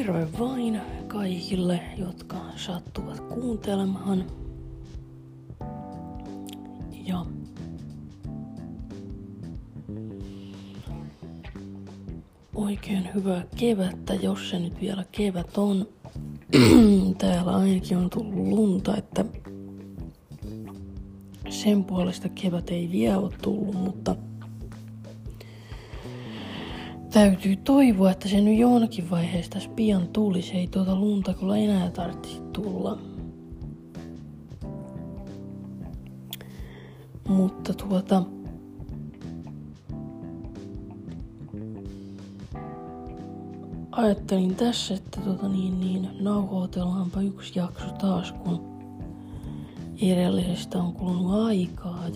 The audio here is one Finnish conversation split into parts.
Terve vain kaikille, jotka sattuvat kuuntelemaan. Ja oikein hyvää kevättä, jos se nyt vielä kevät on. Täällä ainakin on tullut lunta, että sen puolesta kevät ei vielä ole tullut, mutta täytyy toivoa, että se nyt jonakin vaiheessa tässä pian tulisi. Ei tuota lunta kyllä enää tarvitsisi tulla. Mutta ajattelin tässä, että nauhoitellaanpa yksi jakso taas, kun edellisestä on kulunut aikaa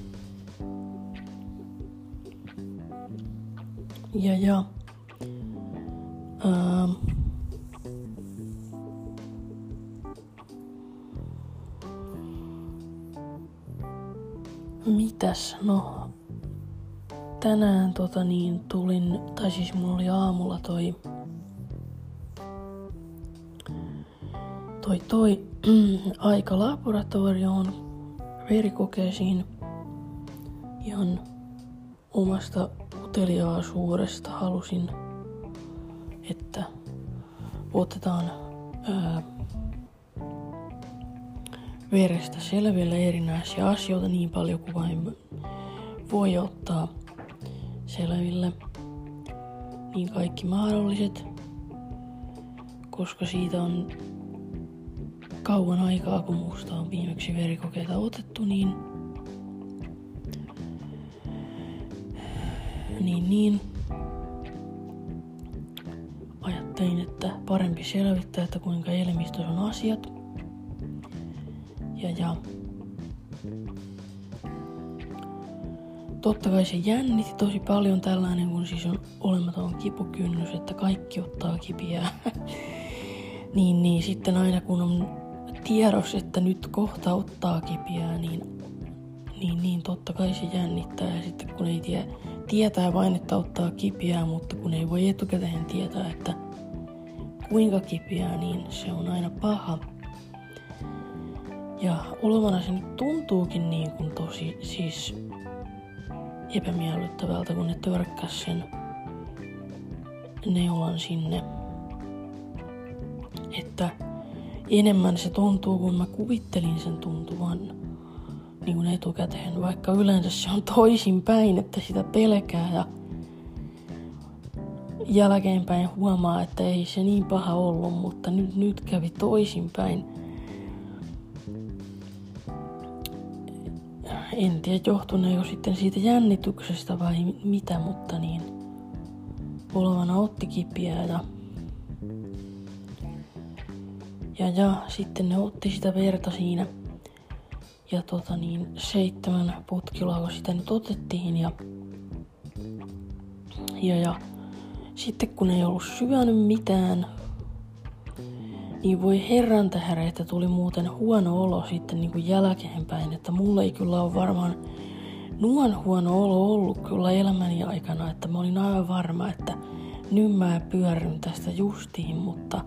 mitäs, no tänään tulin, tai siis mulla oli aamulla toi aika laboratorioon verikokeisiin ihan omasta uteliaisuudesta halusin, että otetaan verestä selville erinäisiä asioita niin paljon kuin vain voi ottaa selville, niin kaikki mahdolliset, koska siitä on kauan aikaa, kun musta on viimeksi verikokeita otettu, niin ajattelin, että parempi selvittää, että kuinka elimistössä on asiat. Ja totta kai se jännitti tosi paljon tällainen, kun siis on olematon kipukynnys, että kaikki ottaa kipiä. niin sitten aina kun on tiedos, että nyt kohta ottaa kipiä, niin totta kai se jännittää. Ja sitten kun ei tietää vain, että ottaa kipiä, mutta kun ei voi etukäteen tietää, että kuinka kipiä, niin se on aina paha. Ja olevana se nyt tuntuukin niin kuin tosi siis epämiellyttävältä, kun ne törkkäs sen neulan sinne. Että enemmän se tuntuu, kun mä kuvittelin sen tuntuvan niin kuin etukäteen, vaikka yleensä se on toisinpäin, että sitä pelkää ja jälkeenpäin huomaa, että ei se niin paha ollut, mutta nyt kävi toisinpäin. En tiedä, johtuneeko sitten siitä jännityksestä vai mitä, mutta olevana otti kipiä ja sitten ne otti sitä verta siinä ja 7 putkilaa, kun sitä nyt otettiin ja sitten kun ei ollut syönyt mitään, niin voi herran tähden, että tuli muuten huono olo sitten niin kuin jälkeenpäin, että mulla ei kyllä ole varmaan nuon huono olo ollut kyllä elämäni aikana, että mä olin aivan varma, että nyt mä pyörryn tästä justiin, mutta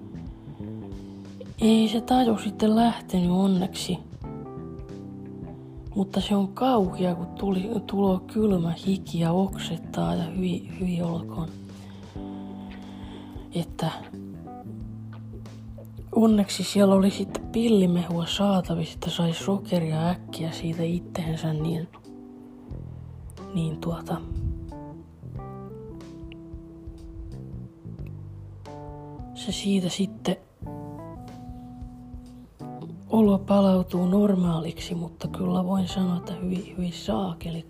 ei se taju sitten lähtenyt onneksi. Mutta se on kauhea, kun tulee kylmä hiki ja oksettaa ja hyi olkoon. Että onneksi siellä oli sitten pillimehua saatavissa, että sai sokeria äkkiä siitä itteensä, se siitä sitten olo palautuu normaaliksi, mutta kyllä voin sanoa, että hyvin saakeli,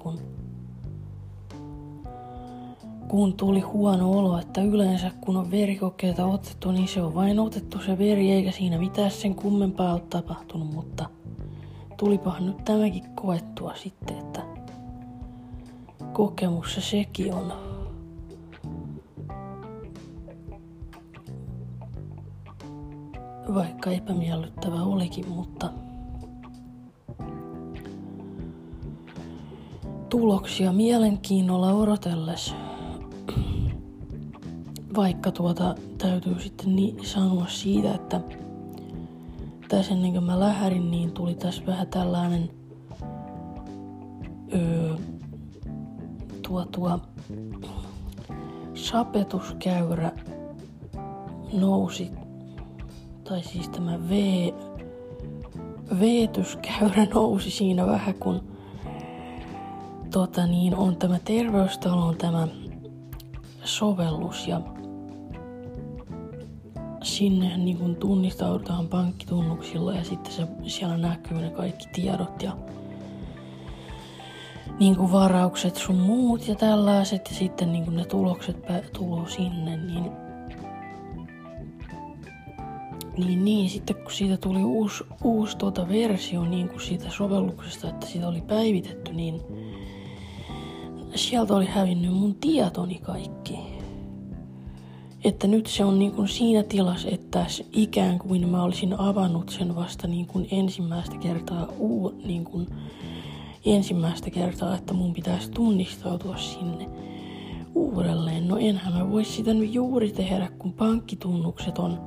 kun tuli huono olo, että yleensä kun on verikokeita otettu, niin se on vain otettu se veri, eikä siinä mitään sen kummempaa ole tapahtunut, mutta tulipa nyt tämäkin koettua sitten, että kokemus se sekin on. Vaikka epämiellyttävä olikin, mutta tuloksia mielenkiinnolla odotellessa vaikka täytyy sitten sanoa siitä, että tässä ennen kuin mä lähdin, niin tuli tässä vähän tällainen sapetuskäyrä nousi, tai siis tämä veetyskäyrä nousi siinä vähän, kun on tämä Terveystalon tämä sovellus ja sinne niin kun tunnistaudutaan pankkitunnuksilla ja sitten siellä näkyy ne kaikki tiedot ja niin kuin varaukset sun muut ja tällaiset ja sitten niin kuin ne tulokset tuloo sinne, niin sitten kun siitä tuli uusi versio niin kuin siitä sovelluksesta, että siitä oli päivitetty, niin sieltä oli hävinnyt mun tietoni kaikki. Että nyt se on niin kuin siinä tilassa, että ikään kuin mä olisin avannut sen vasta niin kuin ensimmäistä kertaa, että mun pitäisi tunnistautua sinne uudelleen. No enhän mä voi sitä nyt juuri tehdä, kun pankkitunnukset on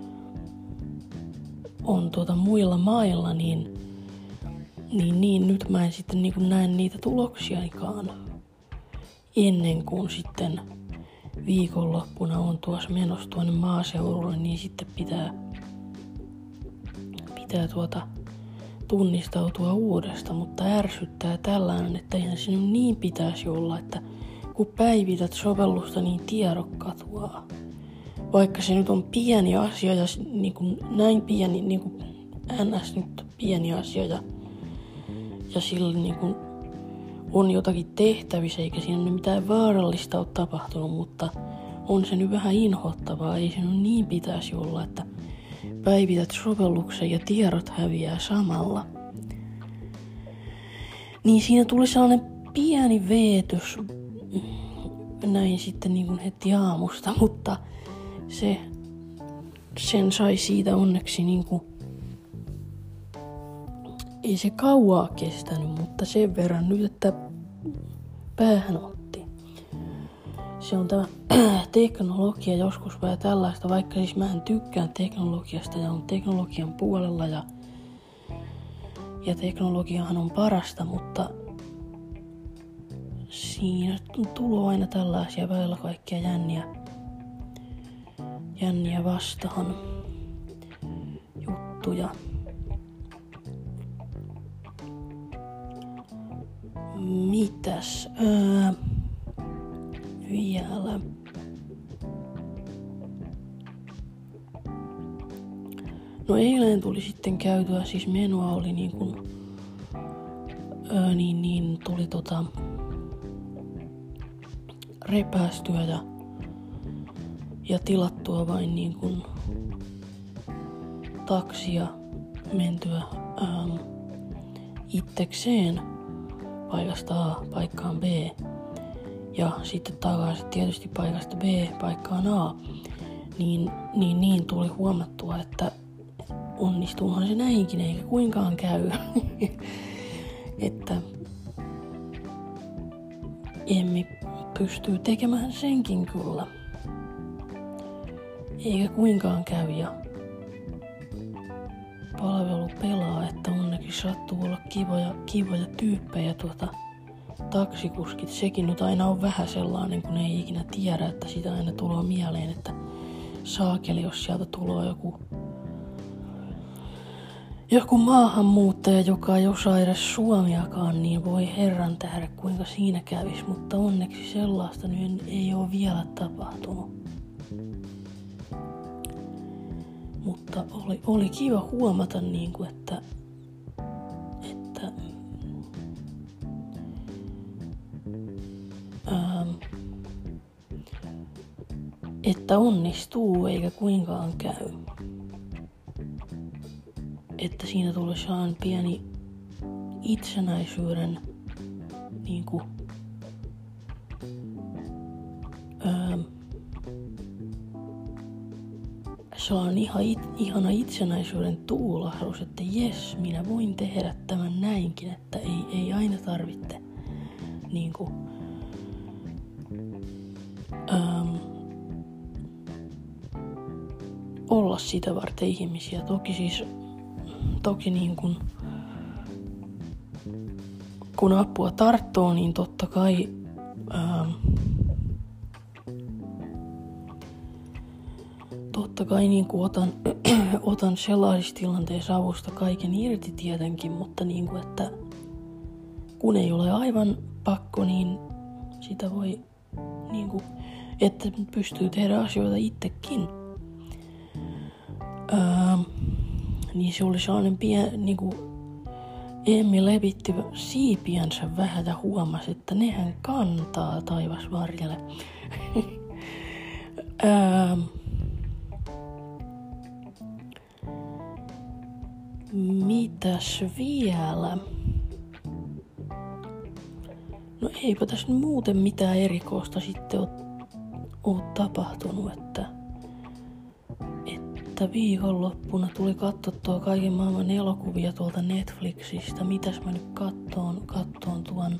muilla mailla, niin nyt mä en sitten niin kuin näe niitä tuloksiaikaan ennen kuin sitten viikonloppuna on tuossa menossa tuonne maaseudulle, niin sitten pitää tunnistautua uudesta, mutta ärsyttää tällainen, että eihän se nyt niin pitäisi olla, että kun päivität sovellusta, niin tiedot katoaa. Vaikka se nyt on pieni asia ja niin kuin näin pieni, niin kuin NS nyt pieni asia ja sillä niin kuin on jotakin tehtävissä eikä siinä mitään vaarallista ole tapahtunut, mutta on se nyt vähän inhottavaa, ei se nyt niin pitäisi olla, että päivität sovelluksen ja tiedot häviää samalla. Niin siinä tuli sellainen pieni veetys näin sitten niin kuin heti aamusta, mutta sen sai siitä onneksi niin kuin, ei se kauaa kestänyt, mutta sen verran nyt, että päähän otti. Se on tämä teknologia joskus vähän tällaista, vaikka siis mä en tykkään teknologiasta ja on teknologian puolella ja teknologiahan on parasta, mutta siinä tulee aina tällaisia välillä kaikkia jänniä vastaan juttuja. Mitäs vielä? No eilen tuli sitten käytyä, siis menoa oli niin kuin tuli repäästyä ja tilattua vain niin kuin taksia mentyä itsekseen paikasta A paikkaan B ja sitten takaisin tietysti paikasta B paikkaan A, niin tuli huomattua, että onnistuuhan se näinkin eikä kuinkaan käy, että Emmi pystyy tekemään senkin kyllä, eikä kuinkaan käy ja palvelu pelaa, että onneksi sattuu olla kivoja tyyppejä taksikuskit. Sekin nyt aina on vähän sellainen, kun ei ikinä tiedä, että sitä aina tulee mieleen, että saakeli, jos sieltä tulee joku maahanmuuttaja, joka ei osaa edes suomiakaan, niin voi herran tähden kuinka siinä kävisi, mutta onneksi sellaista nyt ei ole vielä tapahtunut. Mutta oli kiva huomata, niin kuin, että onnistuu eikä kuinkaan käy. Että siinä tulee sellainen pieni itsenäisyyden niin kuin, sellainen ihana itsenäisyyden tuulahdus, että jes, minä voin tehdä tämän näinkin, että ei aina tarvitse niin kuin, olla sitä varten ihmisiä. Toki niin kun apua tarttoo, niin totta kai niin kuin otan sellaisissa tilanteissa avusta kaiken irti tietenkin, mutta niin kuin, että kun ei ole aivan pakko, niin sitä voi, niin kuin, että pystyy tehdä asioita itsekin. Niin se oli sellainen niin kuin Emmi levitti siipiänsä vähän ja huomasi, että nehän kantaa taivas varjelle. Mitäs vielä? No eipä tässä muuten mitään erikoista sitten ole tapahtunut, että viikonloppuna tuli katsottua kaiken maailman elokuvia tuolta Netflixistä. Mitäs mä nyt kattoon tuon...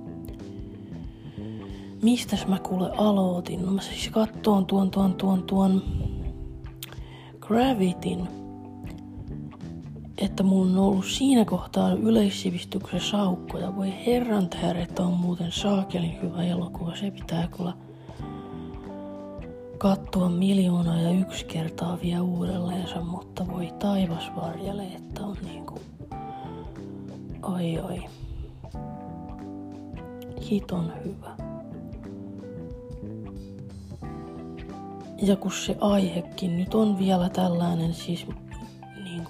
Mistäs mä kuule aloitin? No mä siis kattoon tuon Gravityn. Että mulla on ollut siinä kohtaa yleissivistyksen saukkoja. Voi herran tähdet, on muuten saakelin hyvä elokuva. Se pitää kyllä katsoa 1,000,001 kertaa vielä uudelleensa, mutta voi taivas varjele, että on niinku... Oi. Hiton hyvä. Ja kun se aihekin nyt on vielä tällainen siis niinku...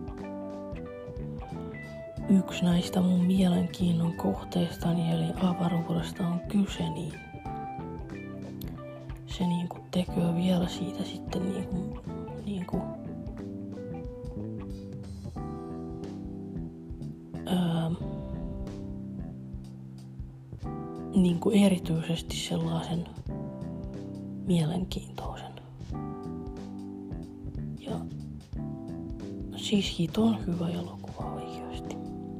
Yksi näistä mun mielenkiinnon kohteistani, eli avaruudesta on kyse, niin se niinku tekee vielä siitä sitten niinku erityisesti sellaisen mielenkiintoisen. Ja siis hiton hyvä elokuva oikeasti.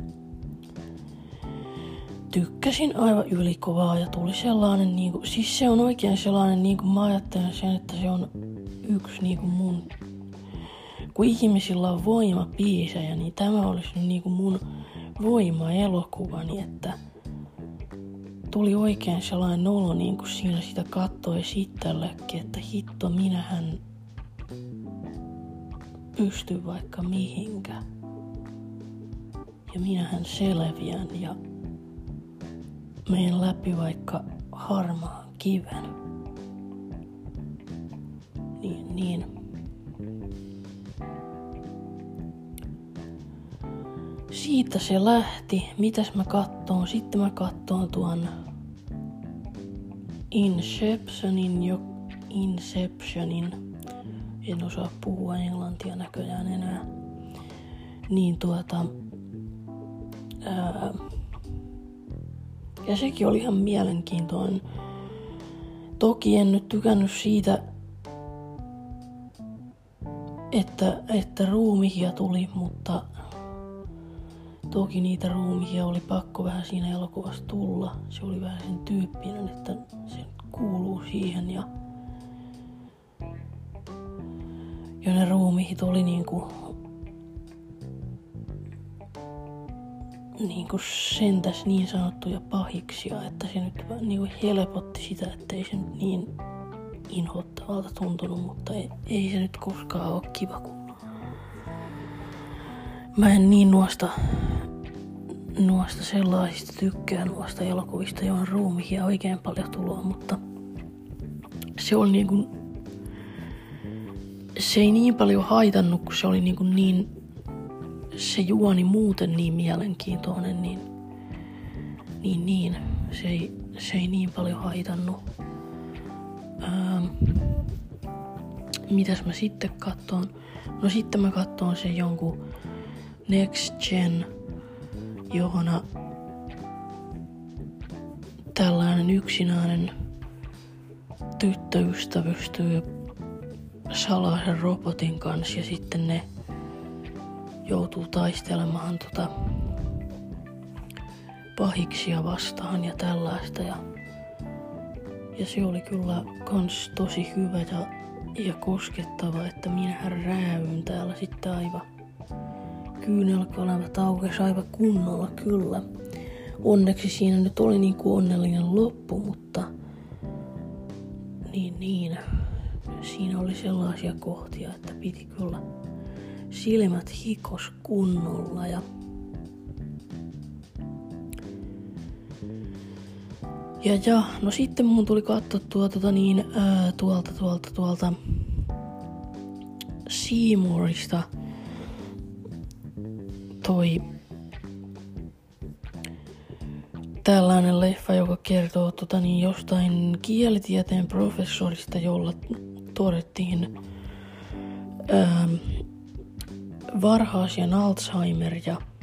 Tykkäsin aivan ylikovaa ja tuli sellainen niinku, siis se on oikein sellainen niinku mä ajattelen sen, että se on yksi niinku mun, kun ihmisillä on voimabiisejä, niin tämä olisi niinku mun voimaelokuvani, että tuli oikein sellainen olo niinku siinä sitä kattoisi itsellekin, että hitto minähän pystyn vaikka mihinkä ja minähän selviän ja menen läpi vaikka harmaan kiven. Niin. Siitä se lähti. Mitäs mä kattoon? Sitten mä kattoon tuon Inceptionin. En osaa puhua englantia näköjään enää. Niin ja sekin oli ihan mielenkiintoinen. Toki en nyt tykännyt siitä, että ruumihia tuli, mutta toki niitä ruumihia oli pakko vähän siinä elokuvassa tulla. Se oli vähän sen tyyppinen, että se kuuluu siihen ja ne ruumihit oli niinku sentäs niin sanottuja pahiksia, että se nyt niinku helpotti sitä, ettei se nyt niin inhottavalta tuntunut, mutta ei se nyt koskaan ole kiva, kun mä en niin noista sellaisista tykkää noista elokuvista, joon ruumihia oikein paljon tuloa, mutta se oli niinku, se ei niin paljon haitannut, kun se oli niin se juoni muuten niin mielenkiintoinen, niin se ei niin paljon haitannut. Mitäs mä sitten katsoin? No sitten mä katsoin sen jonkun Next Gen, johona tällainen yksinäinen tyttö ystävystyy salaisen robotin kanssa ja sitten ne joutuu taistelemaan pahiksia vastaan ja tällaista. Ja se oli kyllä kans tosi hyvä ja ja koskettava, että minähän räävyn täällä sitten aivan. Kyynelkanavat aukesi aivan kunnolla kyllä. Onneksi siinä nyt oli niinku onnellinen loppu, mutta niin. Siinä oli sellaisia kohtia, että piti kyllä silmät hikos kunnolla ja no sitten mun tuli katsottua tuolta Seymourista toi tällainen leffa, joka kertoo jostain kielitieteen professorista, jolla todettiin varhaisen Alzheimer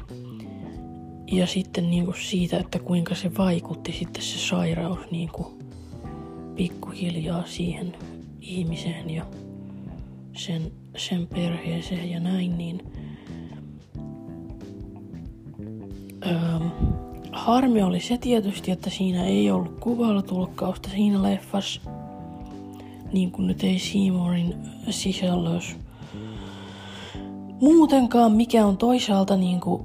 ja sitten niinku siitä, että kuinka se vaikutti sitten se sairaus niinku pikkuhiljaa siihen ihmiseen ja sen perheeseen ja näin, niin harmi oli se tietysti, että siinä ei ollut kuvailutulkkausta siinä leffassa, niin kuin nyt ei Seymourin sisällös muutenkaan, mikä on toisaalta niinku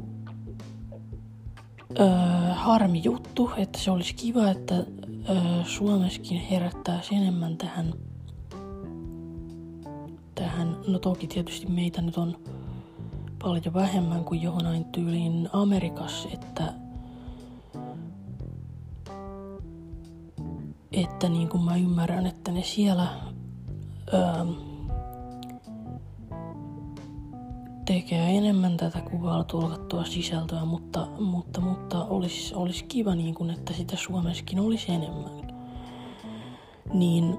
harmi juttu, että se olisi kiva, että Suomessakin herättäisi enemmän tähän, no toki tietysti meitä nyt on paljon vähemmän kuin johonain tyyliin Amerikassa, että niin kuin mä ymmärrän, että ne siellä tekee enemmän tätä kuvailutulkattua sisältöä, mutta olisi kiva niin kuin, että sitä Suomessakin olisi enemmän. Niin,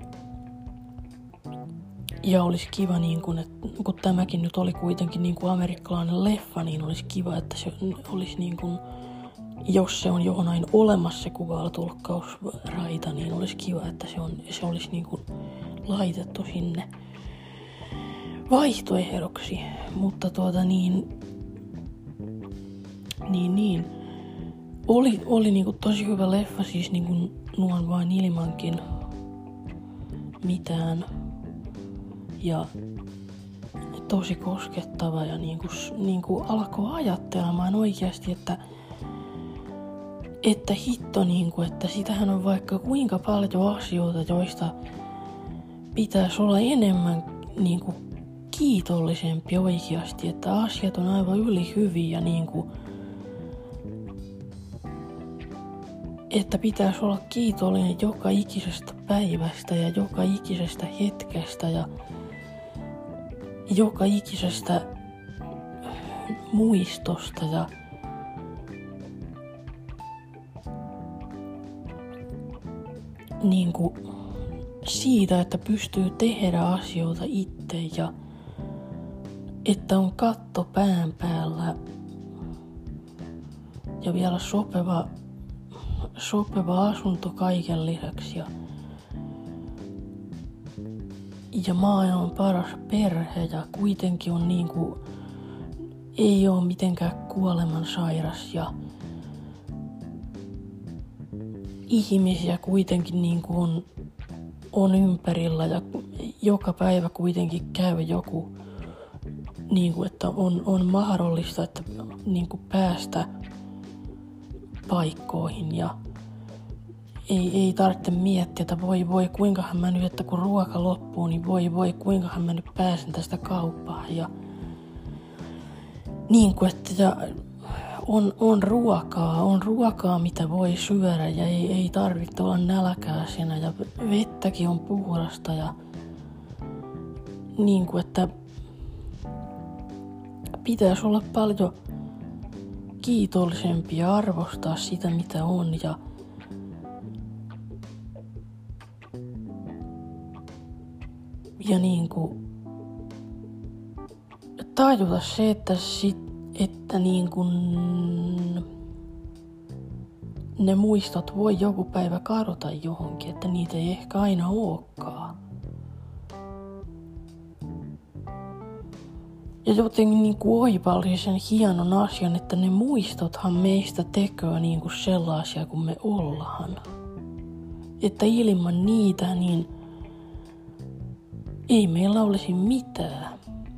ja olisi kiva, niin kuin, että kun tämäkin nyt oli kuitenkin niin kuin amerikkalainen leffa, niin olisi kiva, että se olisi niin kuin, jos se on johonain olemassa se kuvailutulkkausraita, niin olisi kiva, että se olisi niin kuin laitettu sinne vaihtoehdoksi, mutta oli niinku tosi hyvä leffa, siis niinku nuon vain ilmankin mitään ja tosi koskettava ja niinku alkoi ajattelemaan oikeasti, että hitto niinku, että sitähän on vaikka kuinka paljon asioita, joista pitäisi olla enemmän niinku kiitollisempi oikeasti, että asiat on aivan ylihyviä niinku, että pitäisi olla kiitollinen joka ikisestä päivästä ja joka ikisestä hetkestä ja joka ikisestä muistosta ja niinku siitä, että pystyy tehdä asioita itse ja että on katto pään päällä ja vielä sopeva asunto kaiken lisäksi ja maailman paras perhe ja kuitenkin on niinku, ei oo mitenkään kuolemansairas ja ihmisiä kuitenkin niinku on ympärillä ja joka päivä kuitenkin käy joku niinku, että on mahdollista, että niinku päästä paikkoihin ja ei tarvitse miettiä, että voi kuinkahan mä nyt, että kun ruoka loppuu, niin voi kuinkahan mä nyt pääsen tästä kauppaan ja niinku, että ja on ruokaa mitä voi syödä ja ei tarvitse olla nälkäisenä ja vettäkin on puhdasta ja niinku, että pitäisi olla paljon kiitollisempi ja arvostaa sitä mitä on ja niinku tajuta se, että niinku ne muistot voi joku päivä kadota johonkin, että niitä ei ehkä aina olekaan. Ja jotenkin niinku oivalli sen hienon asian, että ne muistothan meistä tekee niinku sellaisia kuin me ollaan. Että ilman niitä niin ei meillä olisi mitään.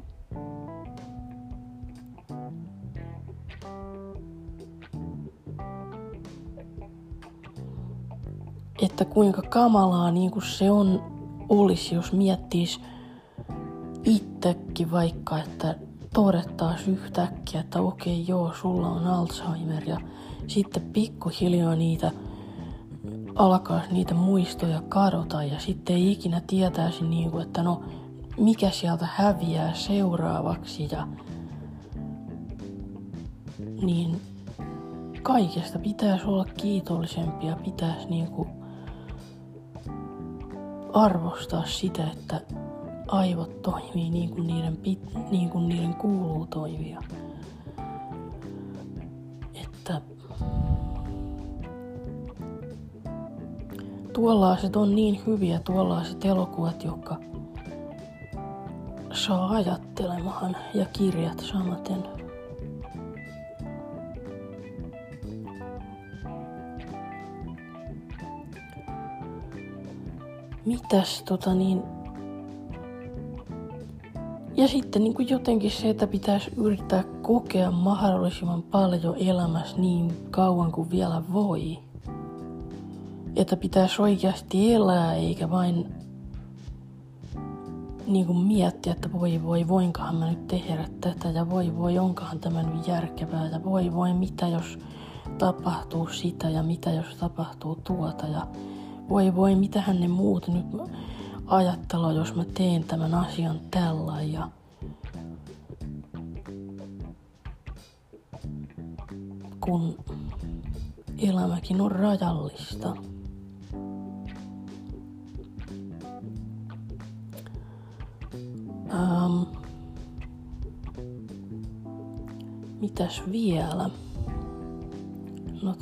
Että kuinka kamalaa niin kuin se olisi, jos miettis itsekin vaikka, että todettaisiin yhtäkkiä, että okei, joo, sulla on Alzheimer ja sitten pikkuhiljaa alkaisi niitä muistoja kadota ja sitten ei ikinä tietäisi niin kuin, että no mikä sieltä häviää seuraavaksi ja niin kaikesta pitäisi olla kiitollisempi ja pitäisi niin kuin arvostaa sitä, että aivot toimii niin kuin niiden kuuluu toimia. Että tuollaiset on niin hyviä, tuollaiset elokuvat, jotka saa ajattelemaan ja kirjat samaten. Mitäs ja sitten niin kuin jotenkin se, että pitäisi yrittää kokea mahdollisimman paljon elämässä niin kauan kuin vielä voi. Että pitäisi oikeasti elää eikä vain niin kuin miettiä, että voinkohan mä nyt tehdä tätä ja onkohan tämä nyt järkevää ja mitä jos tapahtuu sitä ja mitä jos tapahtuu tuota ja mitähän ne muut nyt ajattelua, jos mä teen tämän asian tällä ja kun elämäkin on rajallista. Mitäs vielä? No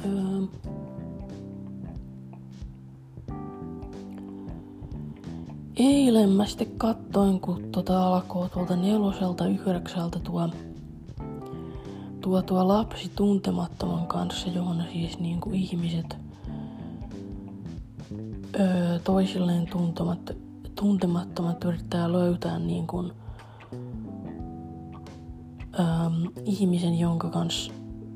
eilen mä sitten kattoin, kun alkoi tuolta 4:00–9:00 tuo Lapsi tuntemattoman kanssa, johon siis niinku ihmiset toisilleen tuntemattomat yrittää löytää niin kuin, ihmisen, jonka kanssa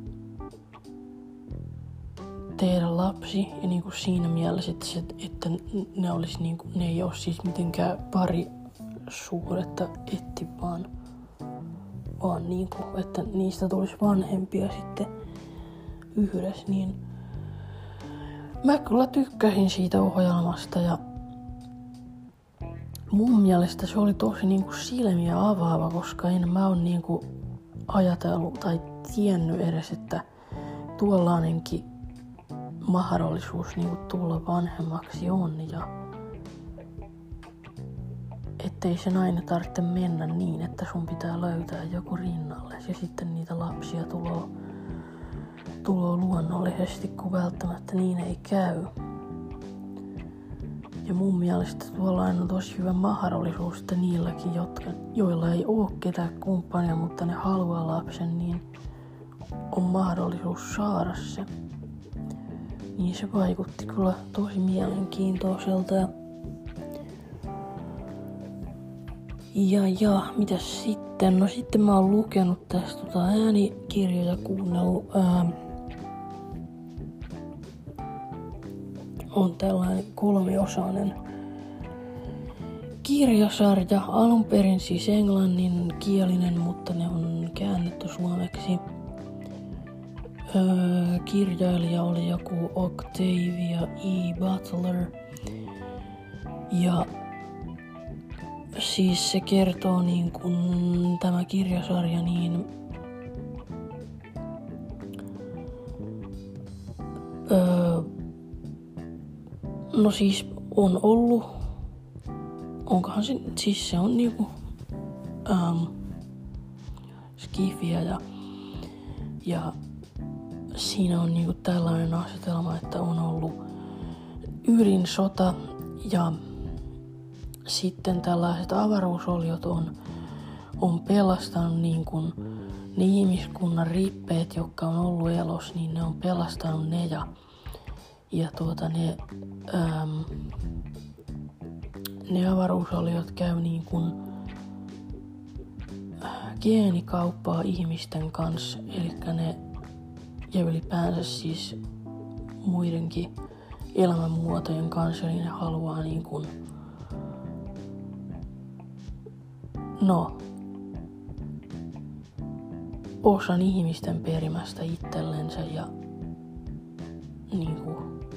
tehdä lapsi ja niin kuin siinä mielessä, että ne olisi niin kuin, ne ei ole siis mitenkään parisuhdetta etti, vaan niin kuin, että niistä tulisi vanhempia sitten yhdessä, niin mä kyllä tykkäsin siitä ohjelmasta ja mun mielestä se oli tosi niin kuin silmiä avaava, koska en mä ole niin kuin ajatellut tai tiennyt edes, että tuollainenkin mahdollisuus niin kuin tulla vanhemmaksi on ja ettei sen aina tarvitse mennä niin, että sun pitää löytää joku rinnalle ja sitten niitä lapsia tuloo luonnollisesti, kun välttämättä niin ei käy. Ja mun mielestä tuollainen on tosi hyvä mahdollisuus, että niilläkin, joilla ei ole ketään kumppania, mutta ne haluaa lapsen, niin on mahdollisuus saada se. Niin se vaikutti kyllä tosi mielenkiintoiselta. Ja mitäs sitten? No sitten mä oon lukenut tästä äänikirjoja, kuunnellut. On tällainen 3-osainen kirjasarja. Alun perin siis englanninkielinen, mutta ne on käännetty suomeksi. Kirjailija oli joku Octavia E. Butler. Ja siis se kertoo niin kuin tämä kirjasarja niin no siis on ollut, onkohan se, siis se on niinku skifiä ja siinä on niinku tällainen asetelma, että on ollut ydinsota ja sitten tällaiset avaruusoliot on pelastanut niin kuin ne ihmiskunnan rippeet, jotka on ollut elossa, niin ne on pelastanut ne ja ne ne avaruusoliot käy niin kuin geenikauppaa ihmisten kanssa, eli ne ja ylipäänsä siis muidenkin elämänmuotojen kanssa, niin ne haluaa niin kuin, osan ihmisten perimästä itsellensä ja niin kuin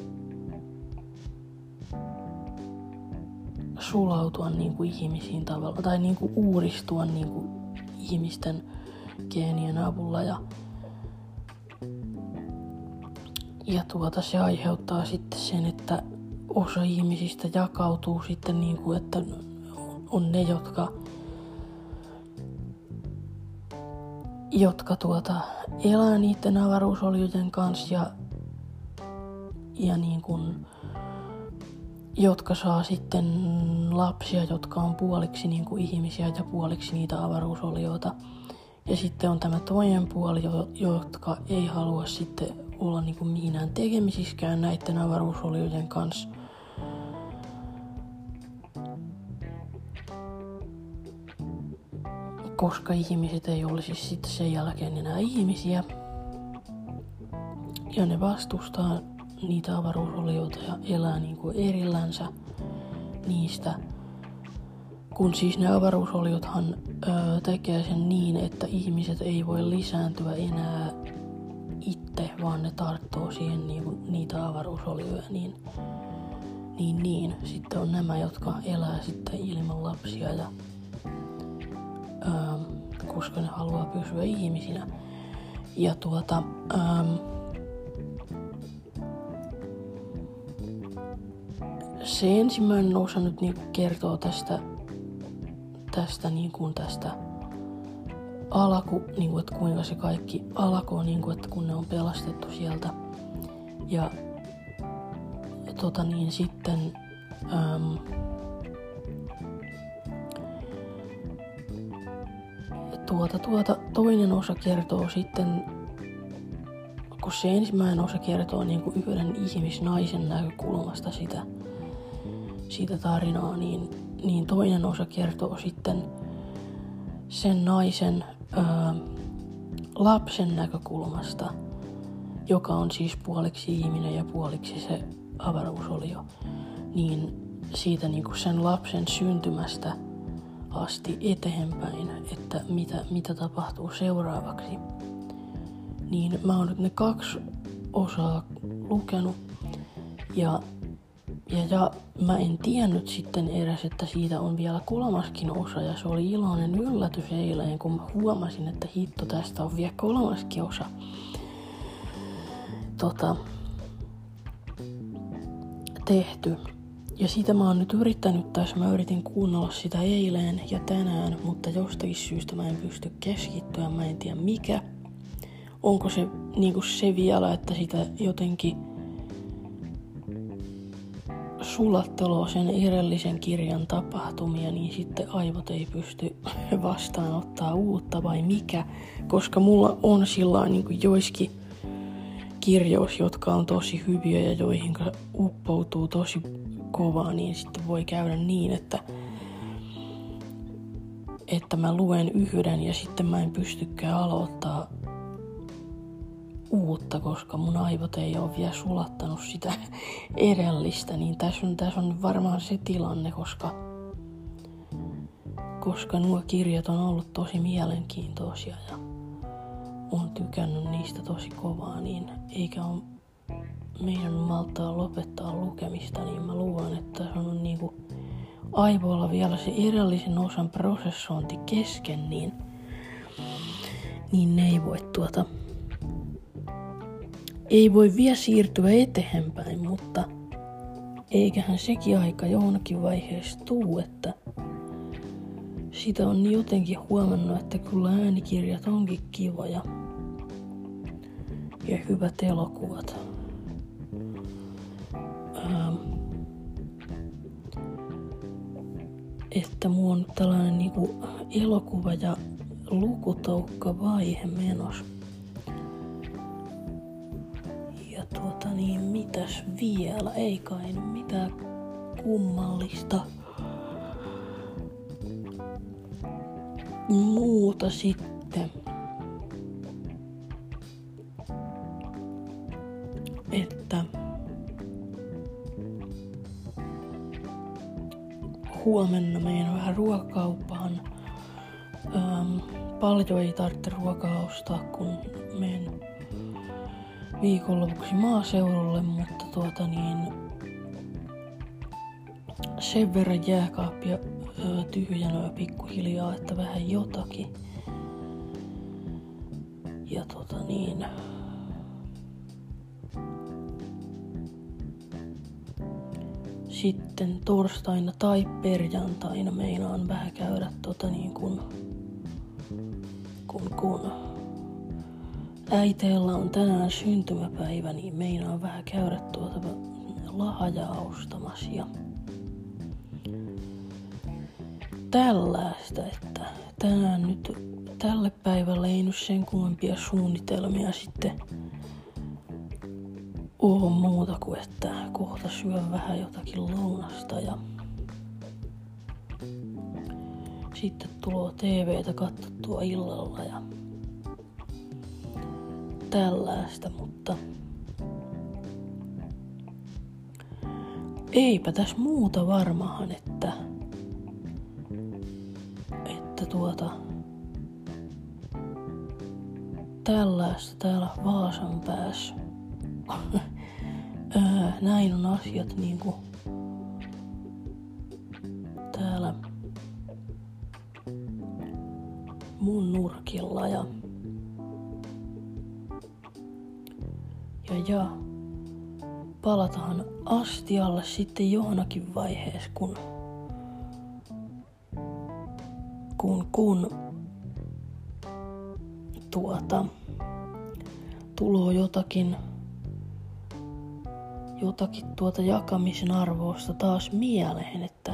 sulautua niin kuin ihmisiin tavalla tai niin kuin uudistua niin kuin ihmisten geenien avulla ja se aiheuttaa sitten sen, että osa ihmisistä jakautuu sitten niin kuin, että on ne, jotka elää niiden avaruusolioiden kanssa ja niin kuin, jotka saa sitten lapsia, jotka on puoliksi niin kuin ihmisiä ja puoliksi niitä avaruusolioita. Ja sitten on tämä toinen puoli, jotka ei halua sitten olla niin kuin mihinään tekemisiskään näiden avaruusolioiden kanssa. Koska ihmiset ei olisi sitten sen jälkeen enää ihmisiä. Ja ne vastustaa niitä avaruusolioita ja elää niin kuin erillänsä niistä. Kun siis ne avaruusoliothan tekee sen niin, että ihmiset ei voi lisääntyä enää itse, vaan ne tarttoo siihen niitä avaruusolioja. Niin. Sitten on nämä, jotka elää sitten ilman lapsia ja koska ne haluaa pysyä ihmisinä. Ja se ensimmäinen osa nyt niinku kertoo tästä niinku, että kuinka se kaikki alkoi, niinku, että kun ne on pelastettu sieltä. Ja sitten toinen osa kertoo sitten, kun se ensimmäinen osa kertoo niinku yhden ihmisnaisen näkökulmasta siitä tarinaa, niin toinen osa kertoo sitten sen naisen lapsen näkökulmasta, joka on siis puoliksi ihminen ja puoliksi se avaruusolio, niin siitä niinku sen lapsen syntymästä asti eteenpäin, että mitä tapahtuu seuraavaksi. Niin mä oon nyt ne 2 osaa lukenut ja mä en tiennyt sitten edes, että siitä on vielä 3. osa ja se oli iloinen yllätys eilen, kun mä huomasin, että hitto, tästä on vielä 3. osa. Tehty. Ja sitä mä oon nyt yrittänyt tässä, mä yritin kuunnella sitä eilen ja tänään, mutta jostakin syystä mä en pysty keskittyä, mä en tiedä mikä. Onko se niinku se vielä, että sitä jotenkin sulatteloo sen edellisen kirjan tapahtumia, niin sitten aivot ei pysty vastaanottaa uutta vai mikä, koska mulla on sillä niinku joiskin kirjoissa, jotka on tosi hyviä ja joihin uppoutuu tosi kovaa, niin sitten voi käydä niin, että mä luen yhden ja sitten mä en pystykään aloittaa uutta, koska mun aivot ei ole vielä sulattanut sitä edellistä, niin tässä on varmaan se tilanne, koska nuo kirjat on ollut tosi mielenkiintoisia ja on tykännyt niistä tosi kovaa, niin eikä ole meidän maltaa lopettaa lukemista, niin mä luulen, että se on niinku aivoilla vielä se edellisen osan prosessointi kesken, niin ne ei voi vielä siirtyä eteenpäin, mutta eiköhän sekin aika johonkin vaiheessa tuu, että sitä on jotenkin huomannut, että kyllä äänikirjat onkin kivoja ja hyvät elokuvat. Että mulla on tällainen niinku elokuva ja lukutoukka vaihe menossa. Ja mitäs vielä? Ei kai mitään kummallista. muuta sitten. Että huomenna menen vähän ruokakauppaan. Paljon ei tarvitse ruokaa ostaa, kun menen viikonlopuksi maaseudulle, mutta sen verran jääkaappia tyhjänä pikkuhiljaa, että vähän jotakin. Ja sitten torstaina tai perjantaina meinaan vähän käydä kun äiteellä on tänään syntymäpäivä, niin meinaan vähän käydä lahjaa ostamassa ja tällaista, että tänään nyt tälle päivälle ei nyt sen kummempia suunnitelmia sitten oo muuta kuin, että kohta syön vähän jotakin lounasta ja sitten tulee TV:tä katsottua illalla ja tällaista, mutta eipä tässä muuta varmaan, että tällaista täällä Vaasan päässä. Näin on asiat niinku täällä mun nurkilla ja palataan astialle sitten johonkin vaiheessa, kun tuloo jotakin jakamisen arvoista taas mieleen, että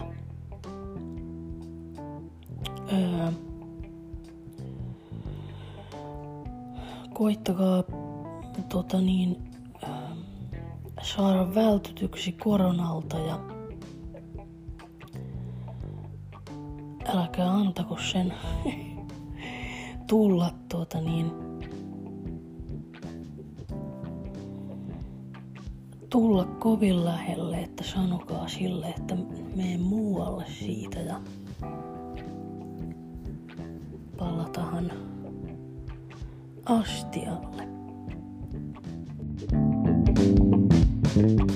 koittakaa saada vältytyksi koronalta ja älkää antako sen tulla tulla kovin lähelle, että sanokaa sille, että mene muualle siitä ja palataan astialle.